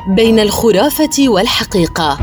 بين الخرافة والحقيقة.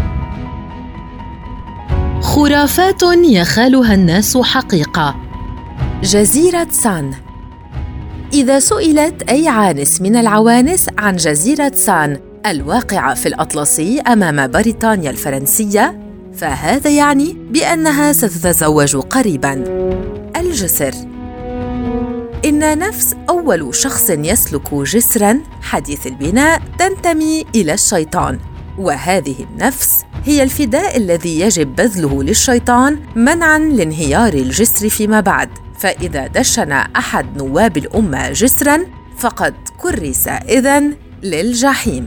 خرافات يخالها الناس حقيقة. جزيرة سان. إذا سئلت أي عانس من العوانس عن جزيرة سان الواقعة في الأطلسي أمام بريطانيا الفرنسية، فهذا يعني بأنها ستتزوج قريباً. الجسر. إن نفس أول شخص يسلك جسراً حديث البناء تنتمي إلى الشيطان، وهذه النفس هي الفداء الذي يجب بذله للشيطان منعاً لانهيار الجسر فيما بعد. فإذا دشن أحد نواب الأمة جسراً فقد كرس إذن للجحيم.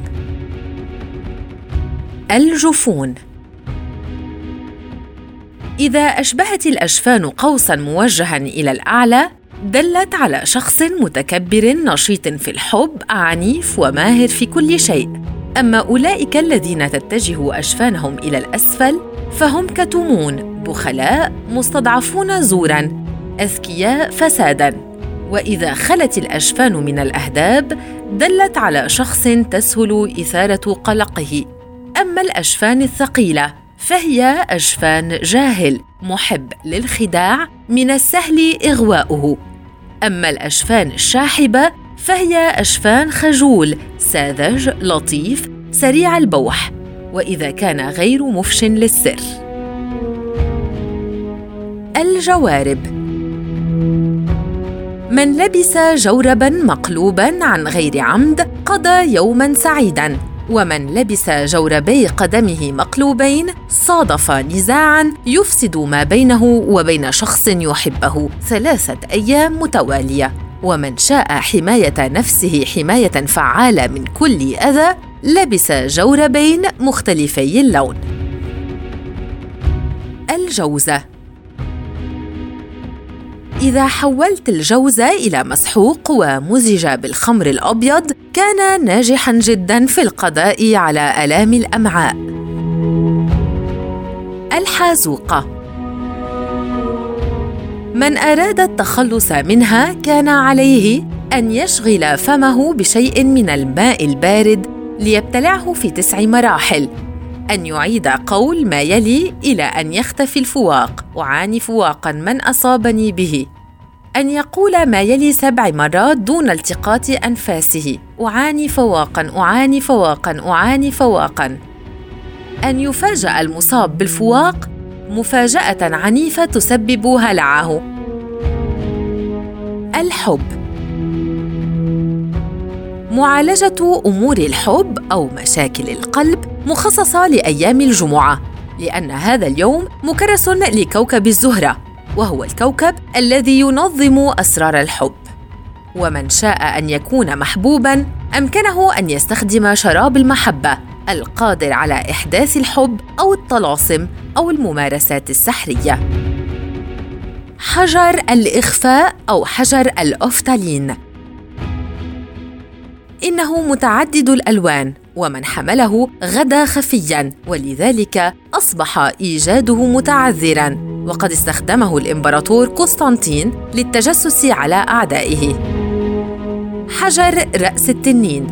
الجفون. إذا أشبهت الأجفان قوساً موجهاً إلى الأعلى دلت على شخص متكبر نشيط في الحب، عنيف وماهر في كل شيء. أما أولئك الذين تتجه أجفانهم إلى الأسفل فهم كتومون، بخلاء، مستضعفون زوراً، أذكياء فساداً. وإذا خلت الأجفان من الأهداب دلت على شخص تسهل إثارة قلقه. أما الأجفان الثقيلة فهي أجفان جاهل محب للخداع، من السهل إغواؤه. أما الأجفان الشاحبة فهي أجفان خجول ساذج لطيف سريع البوح، وإذا كان غير مفش للسر. الجوارب. من لبس جورباً مقلوباً عن غير عمد قضى يوماً سعيداً، ومن لبس جوربي قدمه مقلوبين صادف نزاعاً يفسد ما بينه وبين شخص يحبه 3 أيام متوالية. ومن شاء حماية نفسه حماية فعالة من كل أذى لبس جوربين مختلفي اللون. الجوزة. إذا حولت الجوز إلى مسحوق ومزج بالخمر الأبيض كان ناجحاً جداً في القضاء على آلام الأمعاء. الحازوقة. من أراد التخلص منها كان عليه أن يشغل فمه بشيء من الماء البارد ليبتلعه في 9 مراحل، أن يعيد قول ما يلي إلى أن يختفي الفواق: أعاني فواقاً من أصابني به. أن يقول ما يلي 7 مرات دون التقاط أنفاسه: أعاني فواقاً أعاني فواقاً أعاني فواقاً. أن يفاجأ المصاب بالفواق مفاجأة عنيفة تسبب هلعه. الحب. معالجة أمور الحب أو مشاكل القلب مخصصة لأيام الجمعة، لأن هذا اليوم مكرس لكوكب الزهرة، وهو الكوكب الذي ينظم أسرار الحب. ومن شاء أن يكون محبوباً أمكنه أن يستخدم شراب المحبة القادر على إحداث الحب أو الطلاسم أو الممارسات السحرية. حجر الإخفاء أو حجر الأوفتالين. إنه متعدد الألوان، ومن حمله غدا خفياً، ولذلك أصبح إيجاده متعذراً، وقد استخدمه الإمبراطور قسطنطين للتجسس على أعدائه. حجر رأس التنين.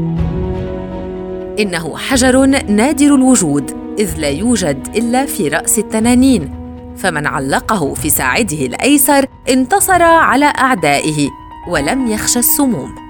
إنه حجر نادر الوجود، إذ لا يوجد إلا في رأس التنانين، فمن علقه في ساعده الأيسر انتصر على أعدائه ولم يخشى السموم.